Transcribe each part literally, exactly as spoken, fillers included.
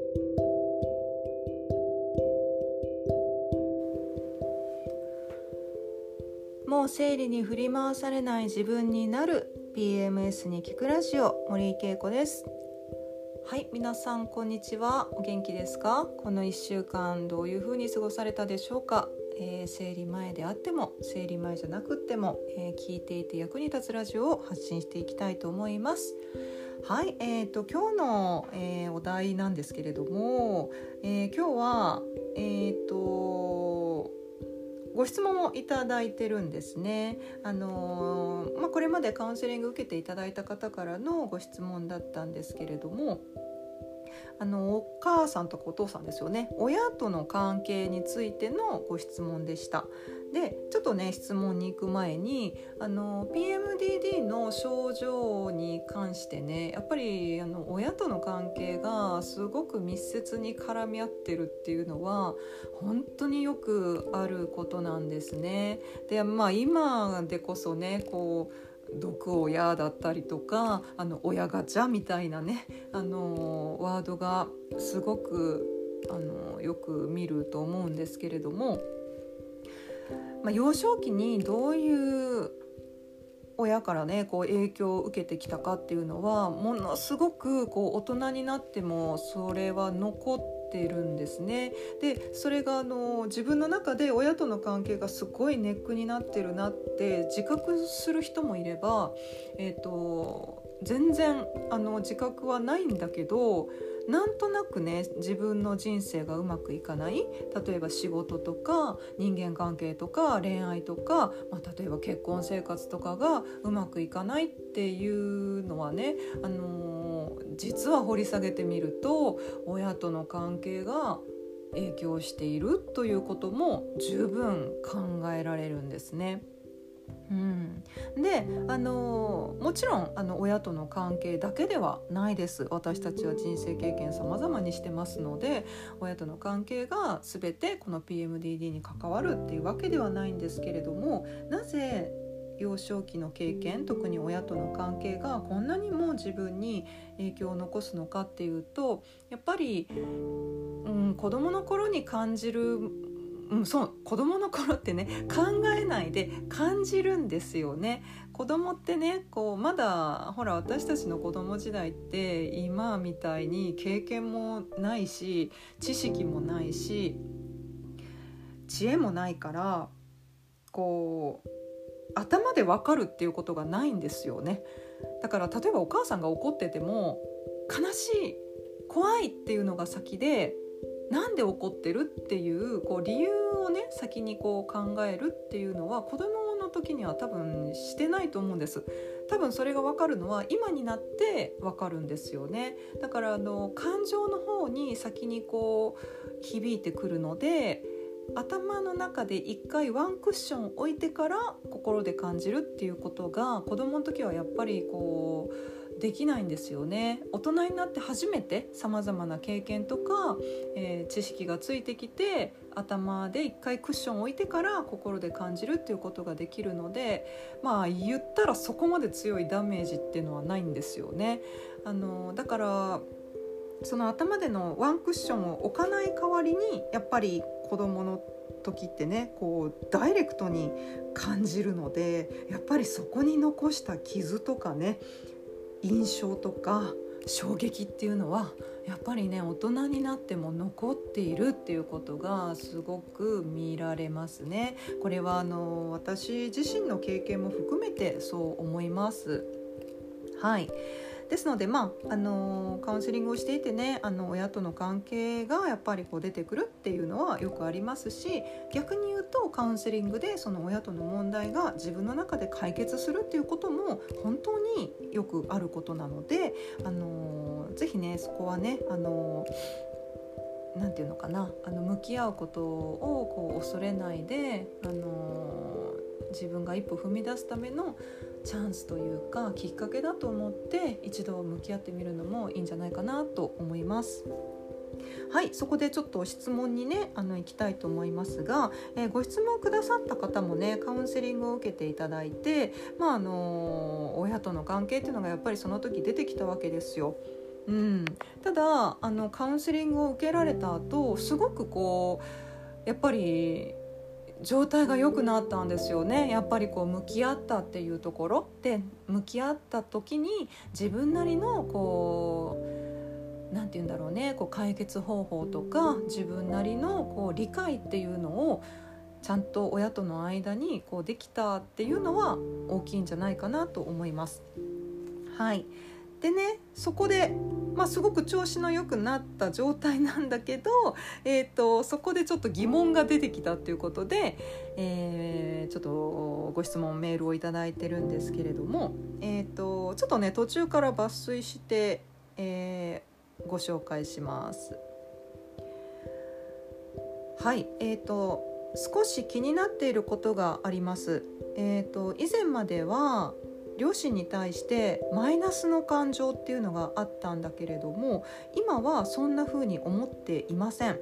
もう生理に振り回されない自分になる ピーエムエス に聞くラジオ、森井恵子です。はい、皆さんこんにちは。お元気ですか？このいっしゅうかんどういうふうに過ごされたでしょうか？えー、生理前であっても生理前じゃなくっても、えー、聞いていて役に立つラジオを発信していきたいと思います。はい、えーと今日の、えー、お題なんですけれども、えー、今日はえーとご質問をいただいてるんですね。あのーまあ、これまでカウンセリング受けていただいた方からのご質問だったんですけれども、あのお母さんとかお父さんですよね、親との関係についてのご質問でした。でちょっとね質問に行く前にあの ピーエムディーディー の症状に関してね、やっぱりあの親との関係がすごく密接に絡み合ってるっていうのは本当によくあることなんですね。でまあ今でこそねこう毒親だったりとかあの親ガチャみたいなねあのワードがすごくあのよく見ると思うんですけれども、まあ、幼少期にどういう親からねこう影響を受けてきたかっていうのはものすごくこう大人になってもそれは残ってるんですね。でそれがあの自分の中で親との関係がすごいネックになってるなって自覚する人もいれば、えーと、全然あの自覚はないんだけどなんとなくね自分の人生がうまくいかない、例えば仕事とか人間関係とか恋愛とか、まあ、例えば結婚生活とかがうまくいかないっていうのはね、あのー、実は掘り下げてみると親との関係が影響しているということも十分考えられるんですね。うん、で、あのもちろんあの親との関係だけではないです。私たちは人生経験様々にしてますので、親との関係が全てこの ピーエムディーディー に関わるっていうわけではないんですけれども、なぜ幼少期の経験、特に親との関係がこんなにも自分に影響を残すのかっていうと、やっぱり、うん、子供の頃に感じるうん、そう子供の頃ってね考えないで感じるんですよね。子供ってねこうまだほら私たちの子供時代って今みたいに経験もないし知識もないし知恵もないからこう頭で分かるっていうことがないんですよね。だから例えばお母さんが怒ってても悲しい怖いっていうのが先で、なんで怒ってるっていう、こう理由をね先にこう考えるっていうのは子供の時には多分してないと思うんです。多分それが分かるのは今になって分かるんですよね。だからあの感情の方に先にこう響いてくるので、頭の中で一回ワンクッション置いてから心で感じるっていうことが子供の時はやっぱりこうできないんですよね。大人になって初めてさまざまな経験とか、えー、知識がついてきて頭で一回クッションを置いてから心で感じるっていうことができるので、まあ言ったらそこまで強いダメージっていうのはないんですよね。あのだからその頭でのワンクッションを置かない代わりにやっぱり子供の時ってねこうダイレクトに感じるので、やっぱりそこに残した傷とかね印象とか衝撃っていうのはやっぱりね大人になっても残っているっていうことがすごく見られますね。これはあの私自身の経験も含めてそう思います。はい。ですので、まああのカウンセリングをしていてねあの親との関係がやっぱりこう出てくるっていうのはよくありますし、逆に言うとカウンセリングでその親との問題が自分の中で解決するっていうことも本当によくあることなので、あのぜひねそこはねあのなんていうのかなあの向き合うことをこう恐れないで、あの自分が一歩踏み出すためのチャンスというかきっかけだと思って一度向き合ってみるのもいいんじゃないかなと思います。はい、そこでちょっと質問にねあの行きたいと思いますが、えー、ご質問くださった方もねカウンセリングを受けていただいて、まああの親との関係っていうのがやっぱりその時出てきたわけですよ。 うん、ただあのカウンセリングを受けられた後すごくこうやっぱり状態が良くなったんですよね。やっぱりこう向き合ったっていうところで、向き合った時に自分なりのこうなんて言うんだろうね、こう解決方法とか自分なりのこう理解っていうのをちゃんと親との間にこうできたっていうのは大きいんじゃないかなと思います。はい。でね、そこで、まあ、すごく調子の良くなった状態なんだけど、えーと、そこでちょっと疑問が出てきたということで、えー、ちょっとご質問メールをいただいてるんですけれども、えーと、ちょっとね途中から抜粋して、えー、ご紹介します。はい、えーと、少し気になっていることがあります。えーと、以前までは両親に対してマイナスの感情っていうのがあったんだけれども、今はそんな風に思っていません。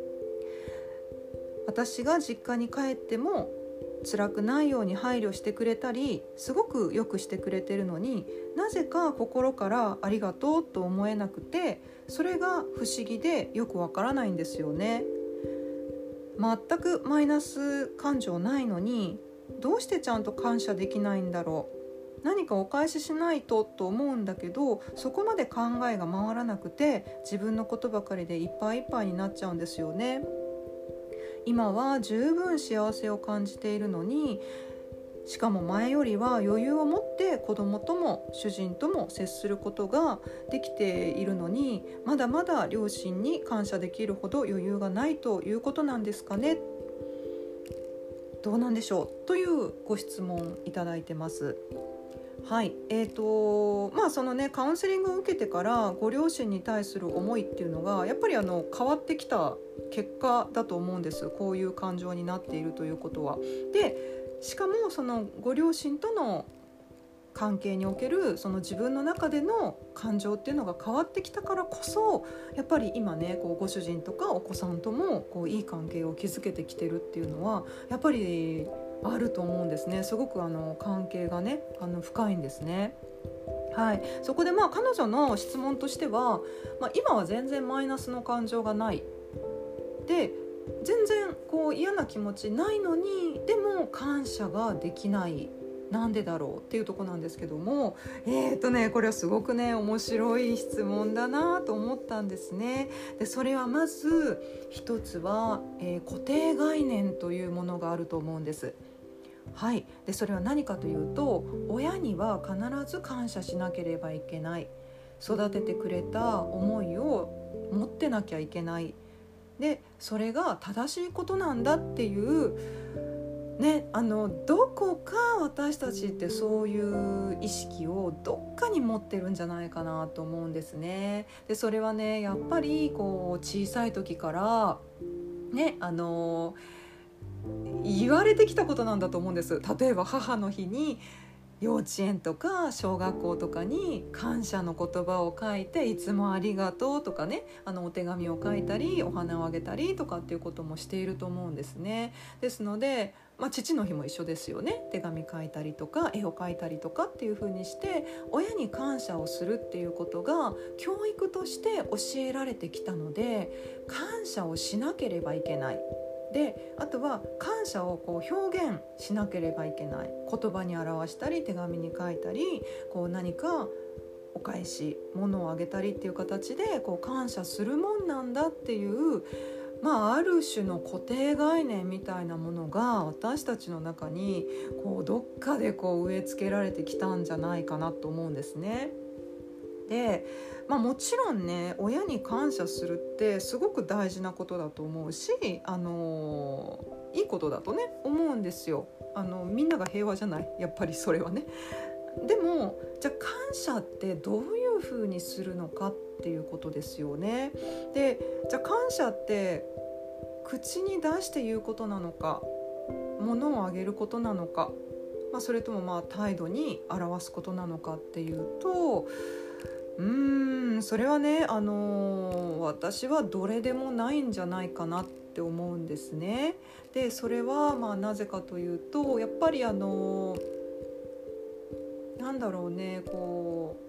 私が実家に帰っても辛くないように配慮してくれたり、すごくよくしてくれてるのに、なぜか心からありがとうと思えなくて、それが不思議でよくわからないんですよね。全くマイナス感情ないのに、どうしてちゃんと感謝できないんだろう、何かお返ししないとと思うんだけど、そこまで考えが回らなくて、自分のことばかりでいっぱいいっぱいになっちゃうんですよね。今は十分幸せを感じているのに、しかも前よりは余裕を持って子供とも主人とも接することができているのに、まだまだ両親に感謝できるほど余裕がないということなんですかね。どうなんでしょうというご質問いただいてます。はい、えーとまあそのねカウンセリングを受けてからご両親に対する思いっていうのがやっぱりあの変わってきた結果だと思うんです。こういう感情になっているということは。でしかもそのご両親との関係におけるその自分の中での感情っていうのが変わってきたからこそ、やっぱり今ねこうご主人とかお子さんともこういい関係を築けてきてるっていうのはやっぱりあると思うんですね。すごくあの関係がねあの深いんですね。はい、そこでまあ彼女の質問としては、まあ、今は全然マイナスの感情がないで、全然こう嫌な気持ちないのに、でも感謝ができない、なんでだろうっていうところなんですけども、えーとねこれはすごくね面白い質問だなと思ったんですね。でそれはまず一つは、えー、固定概念というものがあると思うんです。はい、でそれは何かというと、親には必ず感謝しなければいけない、育ててくれた思いを持ってなきゃいけない、でそれが正しいことなんだっていうね、あのどこか私たちってそういう意識をどっかに持ってるんじゃないかなと思うんですね。でそれはねやっぱりこう小さい時からねあの言われてきたことなんだと思うんです。例えば母の日に幼稚園とか小学校とかに感謝の言葉を書いて、いつもありがとうとかね、あのお手紙を書いたりお花をあげたりとかっていうこともしていると思うんですね。ですので、まあ、父の日も一緒ですよね。手紙書いたりとか絵を描いたりとかっていう風にして親に感謝をするっていうことが教育として教えられてきたので、感謝をしなければいけない。であとは感謝をこう表現しなければいけない、言葉に表したり手紙に書いたり、こう何かお返し物をあげたりっていう形でこう感謝するもんなんだっていう、まあ、ある種の固定概念みたいなものが私たちの中にこうどっかでこう植え付けられてきたんじゃないかなと思うんですね。で、まあ、もちろんね親に感謝するってすごく大事なことだと思うし、あのいいことだとね思うんですよ。あのみんなが平和じゃない、やっぱりそれはね。でもじゃあ感謝ってどういう風にするのかっていうことですよね。でじゃあ感謝って口に出して言うことなのか、物をあげることなのか、まあ、それともまあ態度に表すことなのかっていうと、うーんそれはね、あのー、私はどれでもないんじゃないかなって思うんですね。でそれはまあなぜかというと、やっぱりあのー、なんだろうねこ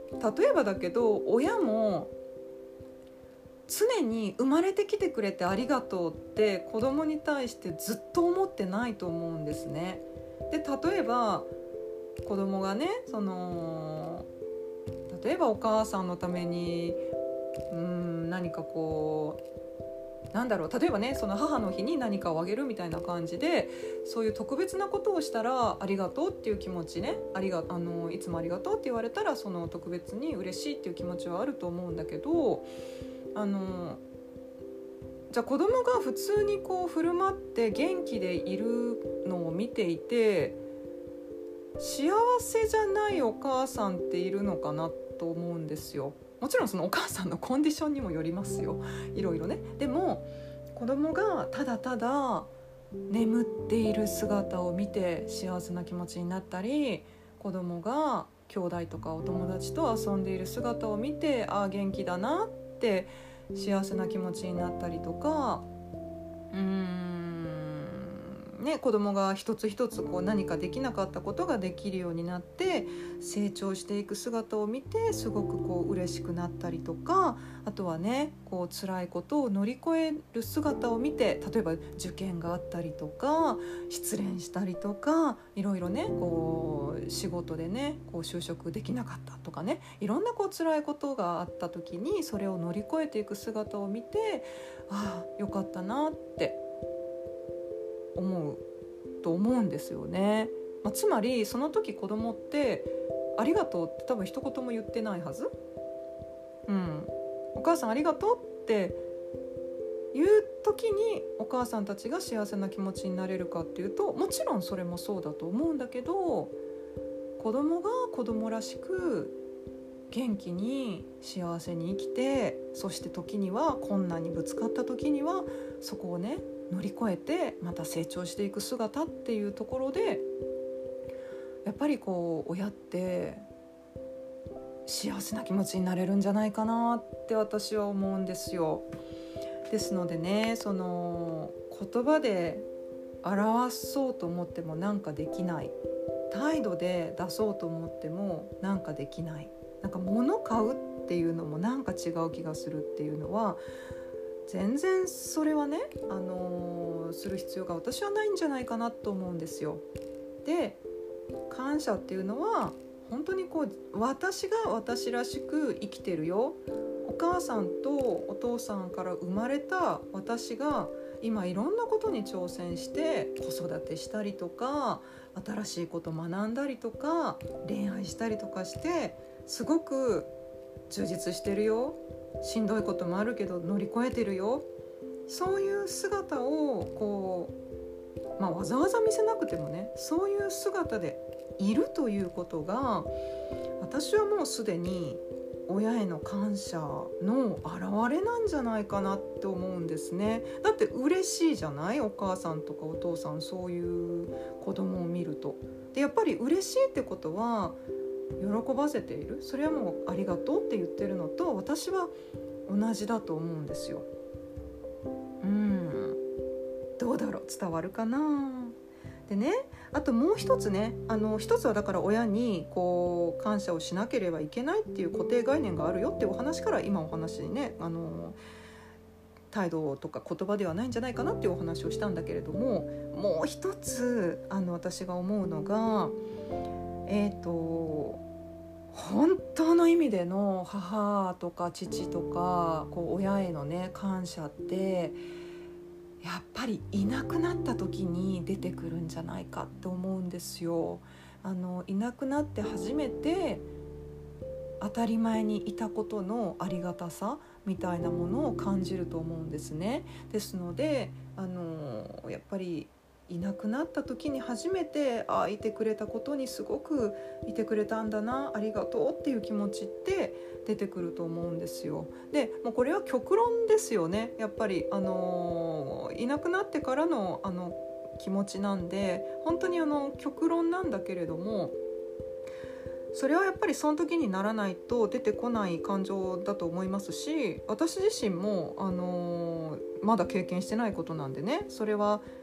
例えばだけど親も常に生まれてきてくれてありがとうって子供に対してずっと思ってないと思うんですね。で例えば子供がねその例えばお母さんのためにうーん何かこうなんだろう例えばねその母の日に何かをあげるみたいな感じでそういう特別なことをしたらありがとうっていう気持ちねありがあのいつもありがとうって言われたらその特別に嬉しいっていう気持ちはあると思うんだけどあのじゃあ子供が普通にこう振る舞って元気でいるのを見ていて幸せじゃないお母さんっているのかなと思うんですよ。もちろんそのお母さんのコンディションにもよりますよいろいろね。でも子供がただただ眠っている姿を見て幸せな気持ちになったり子供が兄弟とかお友達と遊んでいる姿を見てああ元気だなって幸せな気持ちになったりとかうーんね、子供が一つ一つこう何かできなかったことができるようになって成長していく姿を見てすごくこう嬉しくなったりとかあとはねこう辛いことを乗り越える姿を見て例えば受験があったりとか失恋したりとかいろいろねこう仕事でねこう就職できなかったとかねいろんなこう辛いことがあった時にそれを乗り越えていく姿を見てああよかったなって思うと思うんですよね。まあ、つまりその時子供ってありがとうって多分一言も言ってないはず、うん、お母さんありがとうって言う時にお母さんたちが幸せな気持ちになれるかっていうともちろんそれもそうだと思うんだけど子供が子供らしく元気に幸せに生きてそして時には困難にぶつかった時にはそこをね乗り越えてまた成長していく姿っていうところでやっぱりこう親って幸せな気持ちになれるんじゃないかなって私は思うんですよ。ですのでねその言葉で表そうと思ってもなんかできない態度で出そうと思ってもなんかできないなんか物買うっていうのもなんか違う気がするっていうのは全然それはね、あのー、する必要が私はないんじゃないかなと思うんですよ。で感謝っていうのは本当にこう私が私らしく生きてるよお母さんとお父さんから生まれた私が今いろんなことに挑戦して子育てしたりとか新しいこと学んだりとか恋愛したりとかしてすごく充実してるよしんどいこともあるけど乗り越えてるよそういう姿をこう、まあ、わざわざ見せなくてもねそういう姿でいるということが私はもうすでに親への感謝の表れなんじゃないかなって思うんですね。だって嬉しいじゃないお母さんとかお父さんそういう子供を見るとでやっぱり嬉しいってことは喜ばせているそれはもうありがとうって言ってるのと私は同じだと思うんですよ。うんどうだろう伝わるかな。でねあともう一つねあの一つはだから親にこう感謝をしなければいけないっていう固定概念があるよっていうお話から今お話にねあの態度とか言葉ではないんじゃないかなっていうお話をしたんだけれどももう一つあの私が思うのがえーと本当の意味での母とか父とかこう親へのね感謝ってやっぱりいなくなった時に出てくるんじゃないかって思うんですよ。あのいなくなって初めて当たり前にいたことのありがたさみたいなものを感じると思うんですね。ですのであのやっぱりいなくなった時に初めてあいてくれたことにすごくいてくれたんだなありがとうっていう気持ちって出てくると思うんですよ。でもうこれは極論ですよね。やっぱり、あのー、いなくなってからの、あの気持ちなんで本当にあの極論なんだけれどもそれはやっぱりその時にならないと出てこない感情だと思いますし私自身も、あのー、まだ経験してないことなんでねそれは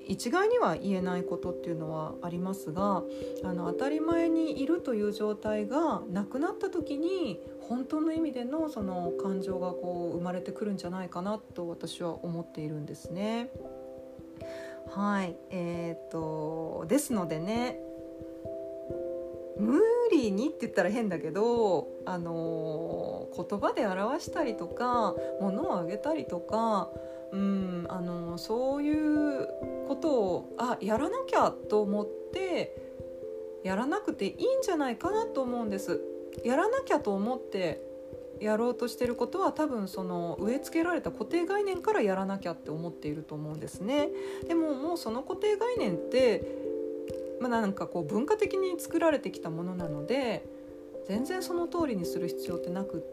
一概には言えないことっていうのはありますが、あの当たり前にいるという状態がなくなった時に本当の意味でのその感情がこう生まれてくるんじゃないかなと私は思っているんですね。はい、えー、とですのでね、無理にって言ったら変だけど、あのー、言葉で表したりとか物をあげたりとか、うん、あのー、そういうことをあやらなきゃと思ってやらなくていいんじゃないかなと思うんです。やらなきゃと思ってやろうとしてることは多分その植え付けられた固定概念からやらなきゃって思っていると思うんですね。でももうその固定概念ってまあ、なんかこう文化的に作られてきたものなので全然その通りにする必要ってなくって、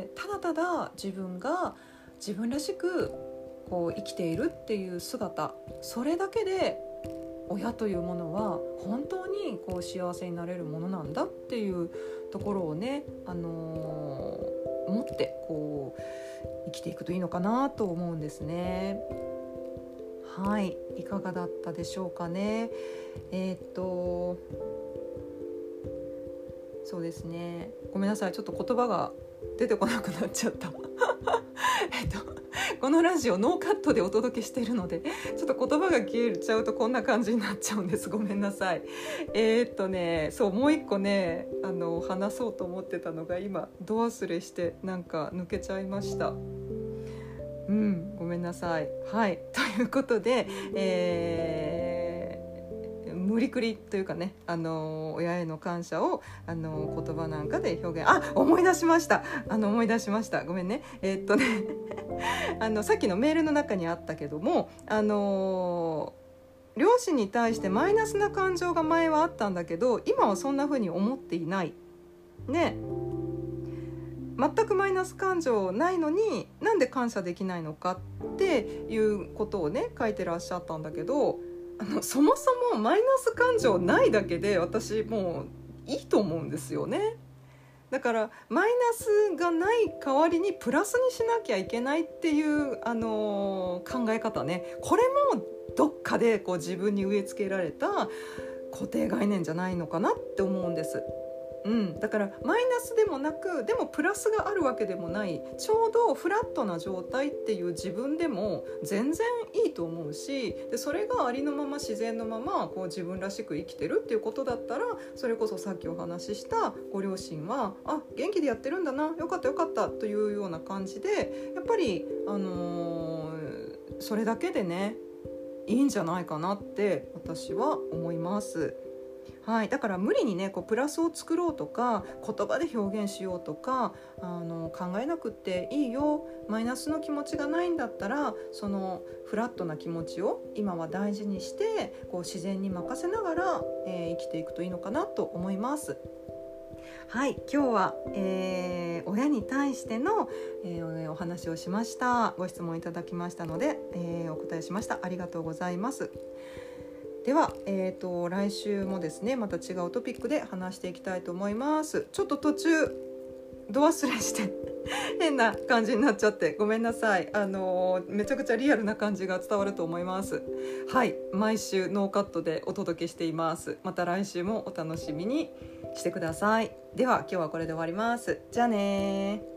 ただただ自分が自分らしくこう生きているっていう姿、それだけで親というものは本当にこう幸せになれるものなんだっていうところをね、あのー、持ってこう生きていくといいのかなと思うんですね。はい、いかがだったでしょうかね。えー、っとそうですね、ごめんなさい、ちょっと言葉が出てこなくなっちゃったえっとこのラジオノーカットでお届けしているのでちょっと言葉が消えちゃうとこんな感じになっちゃうんです。ごめんなさい。えー、っとねそうもう一個ねあの話そうと思ってたのが今ど忘れしてなんか抜けちゃいました。うん、ごめんなさい。はい、ということで、えー、無理くりというかね、あの親への感謝をあの言葉なんかで表現、あ、思い出しました。あの思い出しました。ごめんね。えー、っとねあのさっきのメールの中にあったけども、あの両親に対してマイナスな感情が前はあったんだけど、今はそんな風に思っていない。ね。全くマイナス感情ないのになんで感謝できないのかっていうことをね書いてらっしゃったんだけど、あのそもそもマイナス感情ないだけで私もういいと思うんですよね。だからマイナスがない代わりにプラスにしなきゃいけないっていう、あのー、考え方ね、これもどっかでこう自分に植え付けられた固定概念じゃないのかなって思うんです。うん、だからマイナスでもなくでもプラスがあるわけでもない、ちょうどフラットな状態っていう自分でも全然いいと思うし、でそれがありのまま自然のままこう自分らしく生きてるっていうことだったら、それこそさっきお話ししたご両親はあ元気でやってるんだな、よかったよかったというような感じでやっぱり、あのー、それだけでねいいんじゃないかなって私は思います。はい、だから無理にねこうプラスを作ろうとか言葉で表現しようとかあの考えなくっていいよ。マイナスの気持ちがないんだったらそのフラットな気持ちを今は大事にしてこう自然に任せながら、えー、生きていくといいのかなと思います。はい、今日は、えー、親に対しての、えー、お話をしました。ご質問いただきましたので、えー、お答えしました。ありがとうございます。では、えーと、来週もですねまた違うトピックで話していきたいと思います。ちょっと途中ど忘れして変な感じになっちゃってごめんなさい。あのー、めちゃくちゃリアルな感じが伝わると思います。はい、毎週ノーカットでお届けしています。また来週もお楽しみにしてください。では今日はこれで終わります。じゃあね。